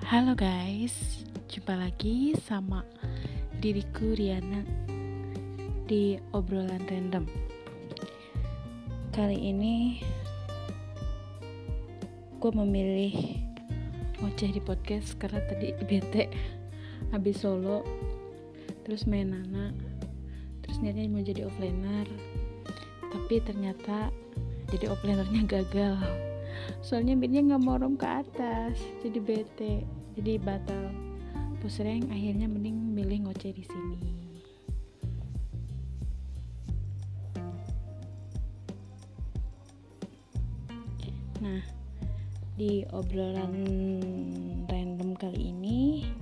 Halo guys, jumpa lagi sama diriku Riana di obrolan random. Kali ini gue memilih ngoceh di podcast karena tadi bete habis solo, terus main Nana, terus niatnya mau jadi offliner, tapi ternyata jadi offlinernya gagal. Soalnya beatnya nggak mau rom ke atas, jadi bete, jadi batal push rank. Akhirnya mending milih ngoceh di sini. Nah, di obrolan random kali ini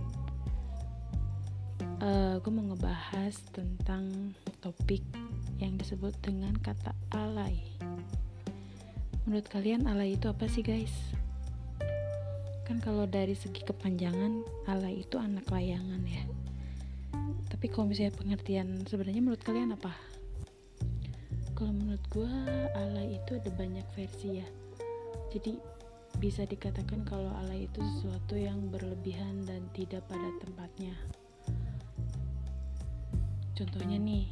gue mau ngebahas tentang topik yang disebut dengan kata alay. Menurut kalian alay itu apa sih guys? Kan kalau dari segi kepanjangan alay itu anak layangan ya. Tapi kalau misalnya pengertian sebenarnya menurut kalian apa? Kalau menurut gue alay itu ada banyak versi ya. Jadi bisa dikatakan kalau alay itu sesuatu yang berlebihan dan tidak pada tempatnya. Contohnya nih,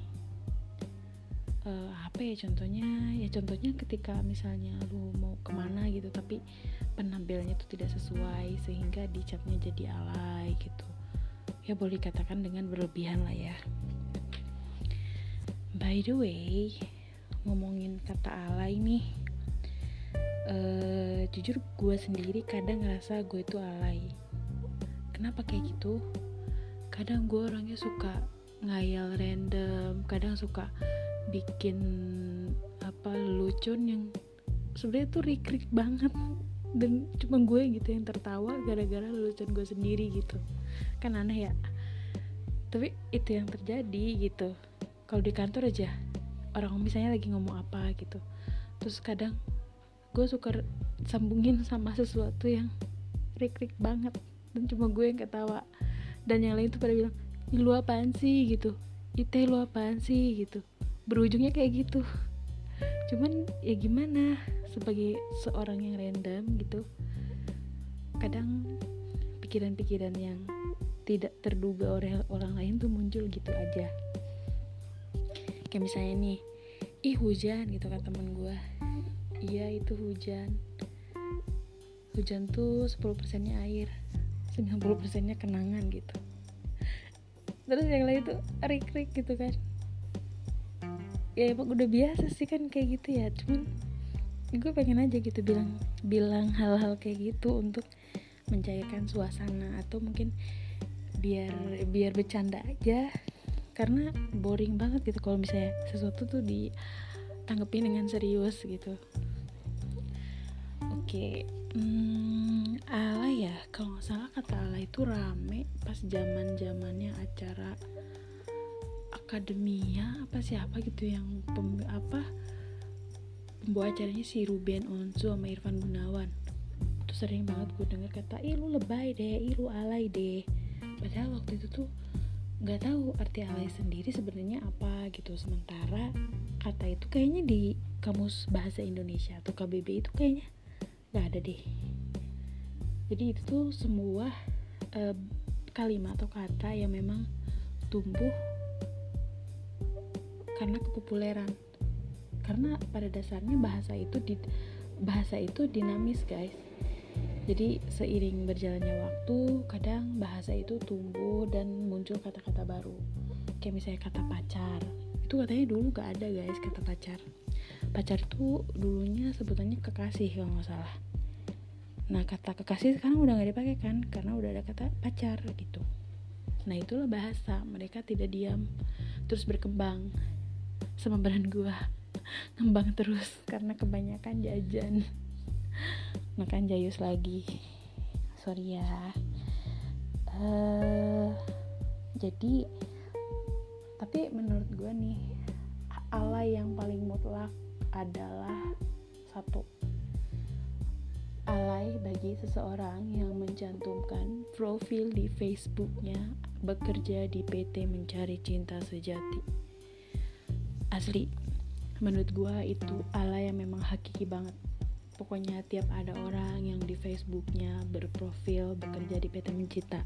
apa ya contohnya? Ya contohnya ketika misalnya lu mau kemana gitu tapi penampilannya tuh tidak sesuai sehingga dicapnya jadi alay gitu. Ya boleh dikatakan dengan berlebihan lah ya. By the way, ngomongin kata alay nih, jujur gue sendiri kadang ngerasa gue itu alay. Kenapa kayak gitu? Kadang gue orangnya suka ngayal random, kadang suka bikin lelucon yang sebenarnya tuh rik-rik banget dan cuma gue gitu yang tertawa gara-gara lelucon gue sendiri gitu. Kan aneh ya, tapi itu yang terjadi gitu. Kalau di kantor aja orang misalnya lagi ngomong apa gitu, terus kadang gue suka sambungin sama sesuatu yang rik-rik banget dan cuma gue yang ketawa, dan yang lain tuh pada bilang, "Ih, lu apaan sih?" gitu, "Ite lu apaan sih?" gitu. Berujungnya kayak gitu. Cuman ya gimana, sebagai seorang yang random gitu, kadang pikiran-pikiran yang tidak terduga oleh orang lain tuh muncul gitu aja. Kayak misalnya nih, "Ih hujan," gitu kan temen gue. Iya itu hujan. Hujan tuh 10%-nya air, 90%-nya kenangan gitu. Terus yang lain tuh rik-rik gitu kan. Ya emang udah biasa sih kan kayak gitu ya. Cuman gue pengen aja gitu bilang hal-hal kayak gitu untuk mencairkan suasana, atau mungkin biar bercanda aja, karena boring banget gitu kalau misalnya sesuatu tuh ditanggepin dengan serius gitu. Oke, alay ya, kalau nggak salah kata alay itu rame pas zamannya acara akademia apa siapa gitu yang pembawa acaranya si Ruben Onsu sama Irfan Gunawan. Tuh sering banget gue denger kata, "Ih lu lebay deh, ih lu alay deh." Padahal waktu itu tuh nggak tahu arti alay sendiri sebenarnya apa gitu. Sementara kata itu kayaknya di Kamus Bahasa Indonesia atau KBB itu kayaknya nggak ada deh. Jadi itu tuh semua kalimat atau kata yang memang tumbuh karena kepopuleran. Karena pada dasarnya bahasa itu dinamis guys. Jadi seiring berjalannya waktu, kadang bahasa itu tumbuh dan muncul kata-kata baru. Kayak misalnya kata pacar, itu katanya dulu gak ada guys kata pacar. Pacar itu dulunya sebutannya kekasih kalau gak salah. Nah kata kekasih sekarang udah gak dipakai kan, karena udah ada kata pacar gitu. Nah itulah bahasa, mereka tidak diam, terus berkembang. Sama brand gua ngembang terus karena kebanyakan jajan. Makan jayus lagi, sorry ya. Jadi tapi menurut gue nih, alay yang paling mutlak adalah satu, alay bagi seseorang yang mencantumkan profil di Facebooknya bekerja di PT Mencari Cinta Sejati. Asli, menurut gue itu alay yang memang hakiki banget. Pokoknya tiap ada orang yang di Facebooknya berprofil bekerja di PT Mencita,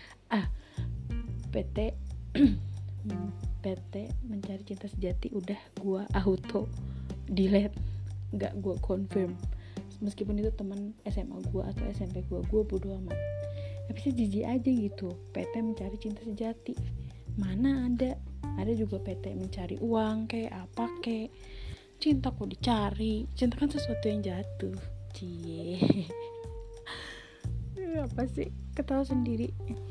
PT PT Mencari Cinta Sejati, udah gua auto delete, nggak gua confirm. Meskipun itu teman SMA gua atau SMP gua bodo amat. Tapi sih jijik aja gitu, PT Mencari Cinta Sejati. Mana ada juga PT mencari uang kayak apa kayak. Cinta kok dicari, cinta kan sesuatu yang jatuh. Cie. Apa sih, ketawa sendiri.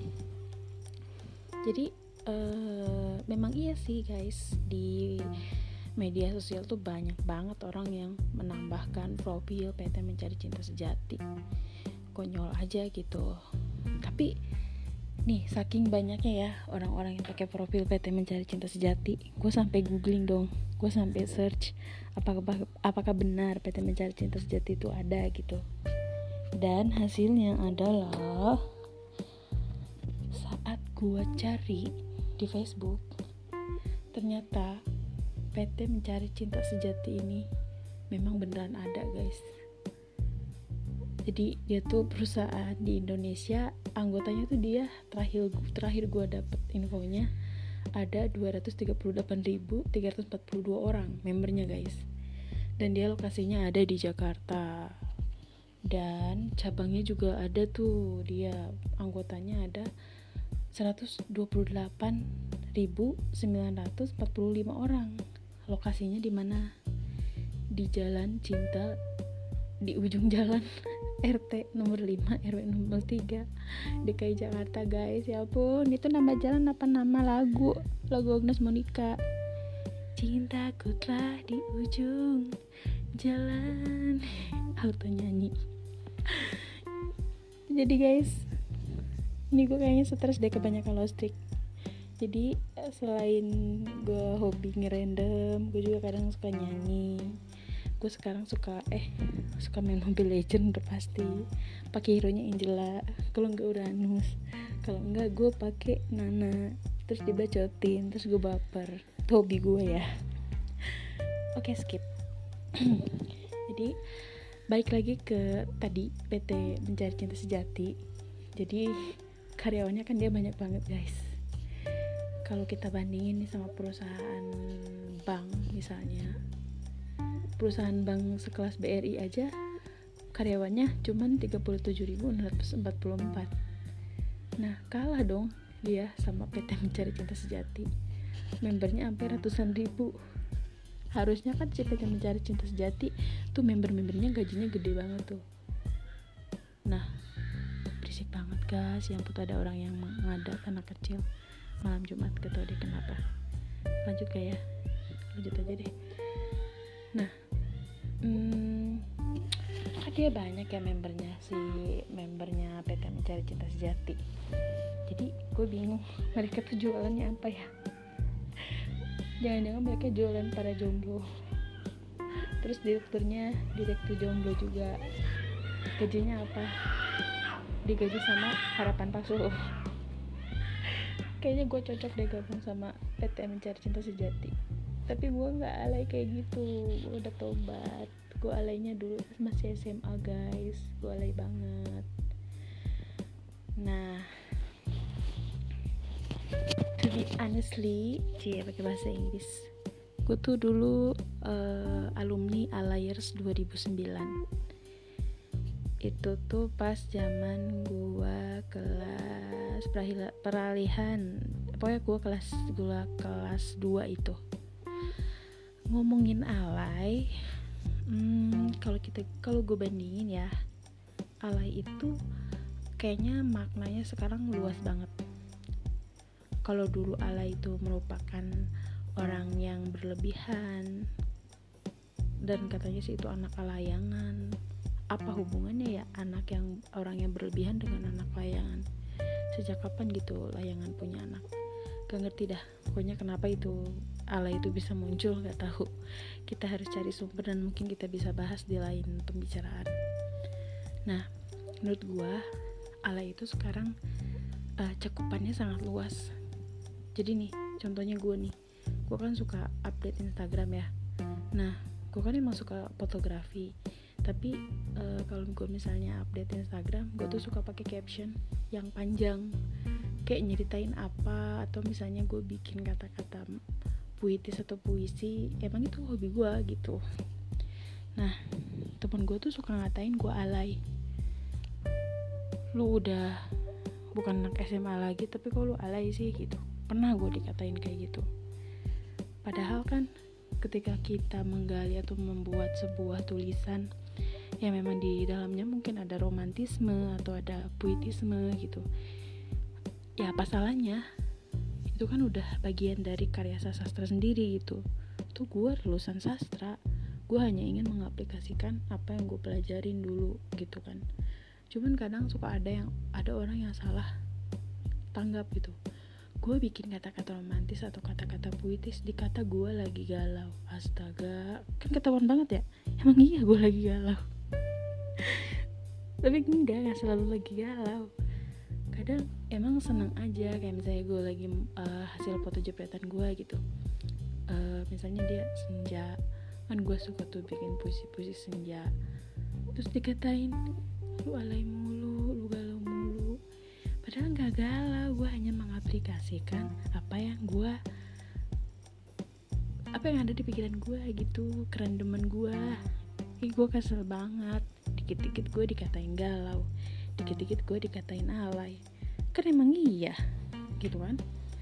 Jadi memang iya sih guys, di media sosial tuh banyak banget orang yang menambahkan profil PT Mencari Cinta Sejati. Konyol aja gitu. Tapi nih, saking banyaknya ya orang-orang yang pakai profil PT Mencari Cinta Sejati, gue sampai googling dong, gue sampai search apakah benar PT Mencari Cinta Sejati itu ada gitu. Dan hasilnya adalah, saat gue cari di Facebook, ternyata PT Mencari Cinta Sejati ini memang beneran ada guys. Jadi dia tuh perusahaan di Indonesia, anggotanya tuh dia terakhir gue dapet infonya ada 238.342 orang membernya guys. Dan dia lokasinya ada di Jakarta. Dan cabangnya juga ada tuh, dia anggotanya ada 128.945 orang. Lokasinya di mana? Di Jalan Cinta, di ujung jalan RT nomor 5 RW nomor 3 DKI Jakarta guys. Ya ampun, itu nama jalan apa nama lagu Agnes Monica, cintaku telah di ujung jalan. Auto nyanyi. Jadi guys, ini gue kayaknya stres deh kebanyakan lostrik. Jadi selain gue hobi ngerandom, gue juga kadang suka nyanyi. Gue sekarang suka main Mobile Legend, udah pasti pakai hero nya Angela, kalau enggak Uranus, kalau enggak gue pakai Nana, terus dibacotin, terus gue baper. Itu hobi gue ya. Oke, skip. Jadi balik lagi ke tadi PT Mencari Cinta Sejati. Jadi karyawannya kan dia banyak banget guys. Kalau kita bandingin nih sama perusahaan bank misalnya, perusahaan bank sekelas BRI aja karyawannya cuman 37.644. Nah, kalah dong dia sama PT Mencari Cinta Sejati. Membernya sampai ratusan ribu. Harusnya kan si PT Mencari Cinta Sejati tuh membernya gajinya gede banget tuh. Nah, berisik banget guys, yang pun ada orang yang ngadat anak kecil malam Jumat, gak tau deh kenapa. Lanjut aja deh. Nah, dia banyak ya membernya PT Mencari Cinta Sejati. Jadi gue bingung, mereka tuh jualannya apa ya? Jangan-jangan mereka jualan para jomblo. Terus direktur jomblo juga. Gajinya apa? Digaji sama harapan palsu. Kayaknya gue cocok deh gabung sama PT Mencari Cinta Sejati. Tapi gue gak alay kayak gitu. Gue udah tobat. Gue alaynya dulu masih SMA guys. Gue alay banget. Nah, to be honestly, pakai bahasa Inggris, gue tuh dulu alumni Alayers 2009. Itu tuh pas zaman gue kelas peralihan, pokoknya gue kelas 2 itu. Ngomongin alay, kalau gue bandingin ya, alay itu kayaknya maknanya sekarang luas banget. Kalau dulu alay itu merupakan orang yang berlebihan, dan katanya sih itu anak layangan. Apa hubungannya ya orang yang berlebihan dengan anak layangan? Sejak kapan gitu layangan punya anak? Gak ngerti dah. Pokoknya kenapa itu alay itu bisa muncul, gak tahu. Kita harus cari sumber dan mungkin kita bisa bahas di lain pembicaraan. Nah, menurut gua alay itu sekarang cakupannya sangat luas. Jadi nih, contohnya gue kan suka update Instagram ya. Nah, gue kan emang suka fotografi. Tapi kalau gue misalnya update Instagram, gue tuh suka pakai caption yang panjang, kayak nyeritain apa, atau misalnya gue bikin kata-kata puitis atau puisi. Emang itu hobi gue gitu. Nah, temen gue tuh suka ngatain gue alay. Lu udah bukan anak SMA lagi, tapi kok lu alay sih gitu. Pernah gue dikatain kayak gitu. Padahal kan ketika kita menggali atau membuat sebuah tulisan yang memang di dalamnya mungkin ada romantisme atau ada puitisme gitu, ya apa salahnya? Itu kan udah bagian dari karya sastra sendiri gitu. Tuh gue lulusan sastra, gue hanya ingin mengaplikasikan apa yang gue pelajarin dulu gitu kan. Cuman kadang suka ada orang yang salah tanggap gitu. Gue bikin kata-kata romantis atau kata-kata puitis, dikata gue lagi galau. Astaga, kan ketahuan banget ya. Emang iya gue lagi galau. Tapi enggak selalu lagi galau. Kadang emang seneng aja, kayak misalnya gue lagi hasil foto jepretan gue gitu. Misalnya dia senja, kan gue suka tuh bikin puisi-puisi senja. Terus dikatain, lu alay mulu, lu galau mulu. Padahal gak galau, gue hanya mengaplikasikan apa yang ada di pikiran gue gitu, kerendeman gue. Gue kesel banget, dikit-dikit gue dikatain galau, dikit-dikit gue dikatain alay. Kan emang iya gitu kan.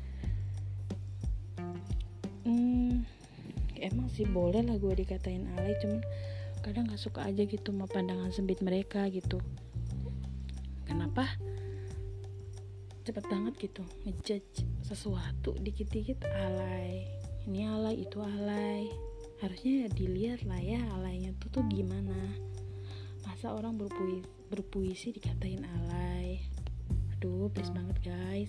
Emang sih boleh lah gue dikatain alay, cuman kadang gak suka aja gitu sama pandangan sempit mereka gitu. Kenapa cepet banget gitu ngejudge sesuatu, dikit-dikit alay, ini alay, itu alay. Harusnya dilihat lah ya alaynya tuh gimana. Masa orang berpuisi dikatain alay? Aduh, please banget guys.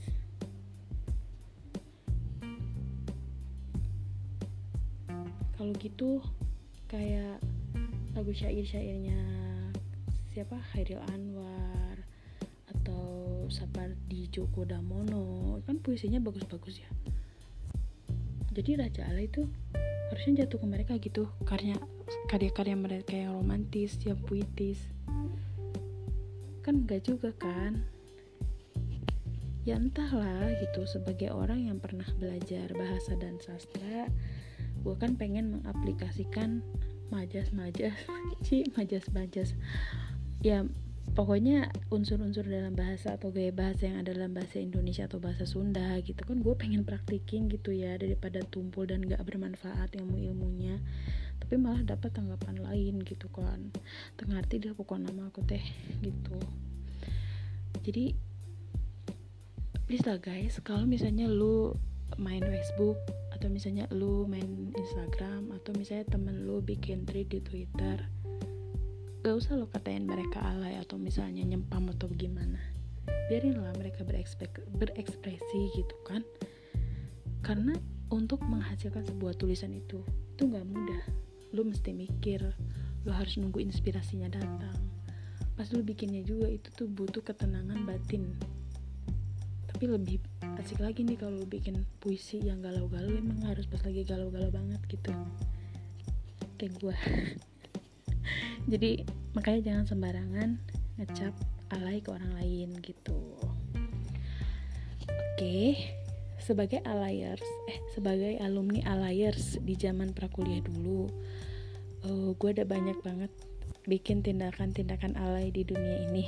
Kalau gitu kayak lagu syair-syairnya siapa, Khairil Anwar atau Sapardi Djoko Damono, kan puisinya bagus-bagus ya. Jadi Raja Alay itu harusnya jatuh ke mereka gitu, karya-karya mereka yang romantis, yang puitis. Kan enggak juga kan. Ya entahlah gitu, sebagai orang yang pernah belajar bahasa dan sastra, gue kan pengen mengaplikasikan majas-majas ya pokoknya unsur-unsur dalam bahasa atau gaya bahasa yang ada dalam bahasa Indonesia atau bahasa Sunda gitu kan, gue pengen praktikin gitu ya, daripada tumpul dan gak bermanfaat ilmunya, tapi malah dapat tanggapan lain gitu kan. Tengarti dah pokoknya nama aku teh gitu. Jadi please lah guys, kalau misalnya lu main Facebook atau misalnya lu main Instagram atau misalnya temen lu bikin thread di Twitter, gak usah lo katain mereka alay atau misalnya nyempam atau gimana. Biarinlah mereka berekspresi gitu kan. Karena untuk menghasilkan sebuah tulisan itu gak mudah. Lo mesti mikir, lo harus nunggu inspirasinya datang. Pas lo bikinnya juga itu tuh butuh ketenangan batin. Tapi lebih asik lagi nih kalau lo bikin puisi yang galau-galau, emang harus pas lagi galau-galau banget gitu, kayak gue. Jadi makanya jangan sembarangan ngecap alay ke orang lain gitu. Oke, sebagai alumni alayers di zaman prakuliah dulu, gue ada banyak banget bikin tindakan-tindakan alay di dunia ini.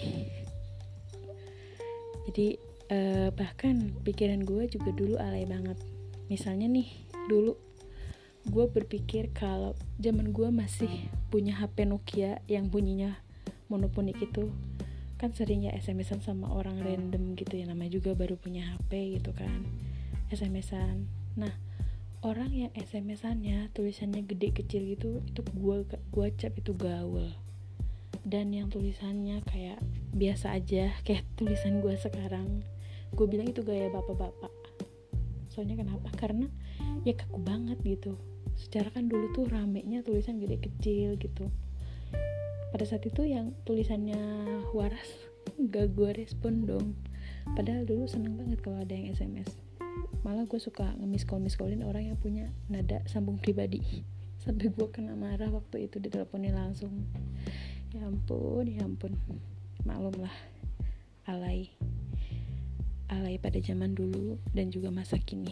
Jadi bahkan pikiran gue juga dulu alay banget. Misalnya nih, dulu gue berpikir kalau zaman gue masih punya HP Nokia yang bunyinya monoponik itu, kan sering ya SMS-an sama orang random gitu ya, namanya juga baru punya HP gitu kan, SMS-an. Nah, orang yang SMS-annya tulisannya gede kecil gitu, itu gue cap itu gaul. Dan yang tulisannya kayak biasa aja, kayak tulisan gue sekarang, gue bilang itu gaya bapak-bapak. Soalnya kenapa? Karena ya kaku banget gitu. Secara kan dulu tuh ramenya tulisan gede kecil gitu. Pada saat itu yang tulisannya waras gak gue respon dong. Padahal dulu seneng banget kalau ada yang SMS. Malah gue suka nge-miss-call-miss-callin orang yang punya nada sambung pribadi. Sampai gue kena marah waktu itu diteleponin langsung. Ya ampun, maklumlah, alay pada zaman dulu dan juga masa kini.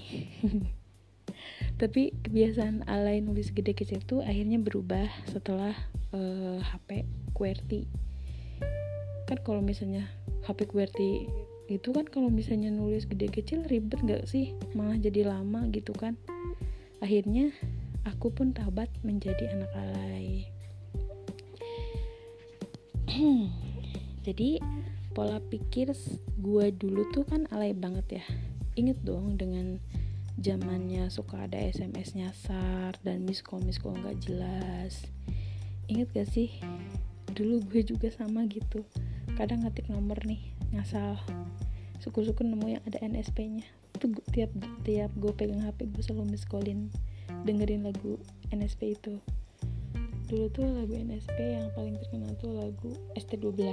Tapi kebiasaan alay nulis gede kecil tuh akhirnya berubah setelah HP QWERTY. Kan kalau misalnya HP QWERTY itu kan kalau misalnya nulis gede kecil ribet gak sih, malah jadi lama gitu kan. Akhirnya aku pun taubat menjadi anak alay. Jadi pola pikir gue dulu tuh kan alay banget ya. Ingat dong dengan zamannya suka ada SMS nyasar dan miss call gak jelas. Ingat gak sih? Dulu gue juga sama gitu. Kadang ngetik nomor nih ngasal, syukur-syukur nemu yang ada NSP-nya. Tuh tiap gue pegang HP gue selalu miss callin, dengerin lagu NSP itu. Dulu tuh lagu NSP yang paling terkenal tuh lagu ST12.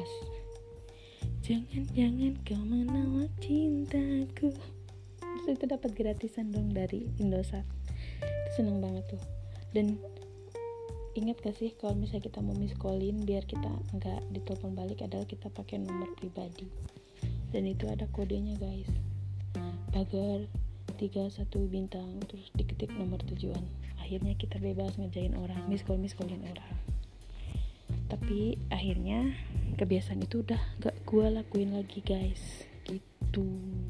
Jangan kau menolak cintaku. Terus itu dapat gratisan dong dari Indosat. Itu seneng banget tuh. Dan ingat gak sih kalau misalnya kita mau miss callin biar kita nggak ditelepon balik adalah kita pakai nomor pribadi. Dan itu ada kodenya guys. Pagar 31 bintang terus diketik nomor tujuan. Akhirnya kita bebas ngerjain orang, miss callin orang. Tapi akhirnya kebiasaan itu udah gak gue lakuin lagi guys. Gitu.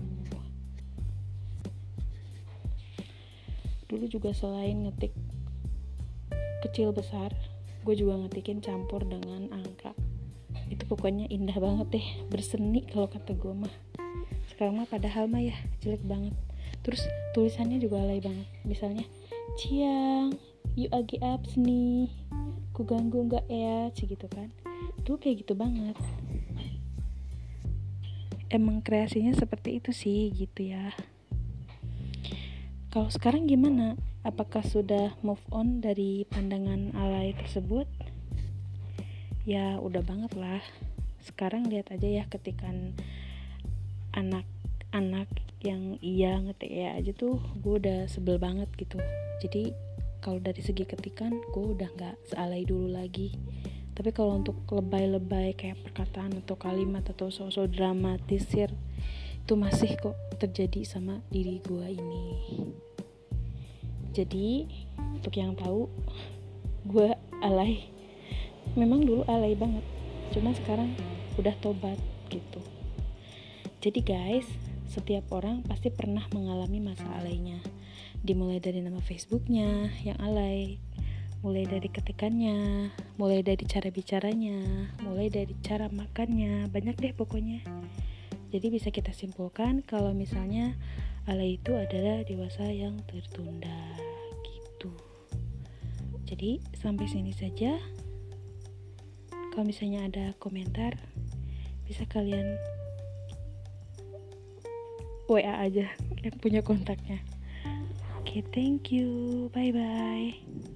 Dulu juga selain ngetik kecil besar, gue juga ngetikin campur dengan angka. Itu pokoknya indah banget deh, berseni kalau kata gue mah. Sekarang mah padahal mah ya jelek banget. Terus tulisannya juga alay banget. Misalnya, Ciang, you agi apps nih, ku ganggu gak ya, gitu kan. Tuh kayak gitu banget. Emang kreasinya seperti itu sih gitu ya. Kalau sekarang gimana? Apakah sudah move on dari pandangan alay tersebut? Ya udah banget lah. Sekarang lihat aja ya ketikan anak-anak yang iya ngetik ya aja tuh gue udah sebel banget gitu. Jadi kalau dari segi ketikan gue udah gak sealay dulu lagi. Tapi kalau untuk lebay-lebay kayak perkataan atau kalimat atau sosok dramatisir itu masih kok terjadi sama diri gue ini. Jadi untuk yang tahu, gue alay. Memang dulu alay banget, cuma sekarang udah tobat gitu. Jadi guys, setiap orang pasti pernah mengalami masa alaynya. Dimulai dari nama Facebooknya yang alay, mulai dari ketikannya, mulai dari cara bicaranya, mulai dari cara makannya, banyak deh pokoknya. Jadi bisa kita simpulkan kalau misalnya alay itu adalah dewasa yang tertunda gitu. Jadi sampai sini saja. Kalau misalnya ada komentar bisa kalian WA aja yang punya kontaknya. Oke, thank you. Bye bye.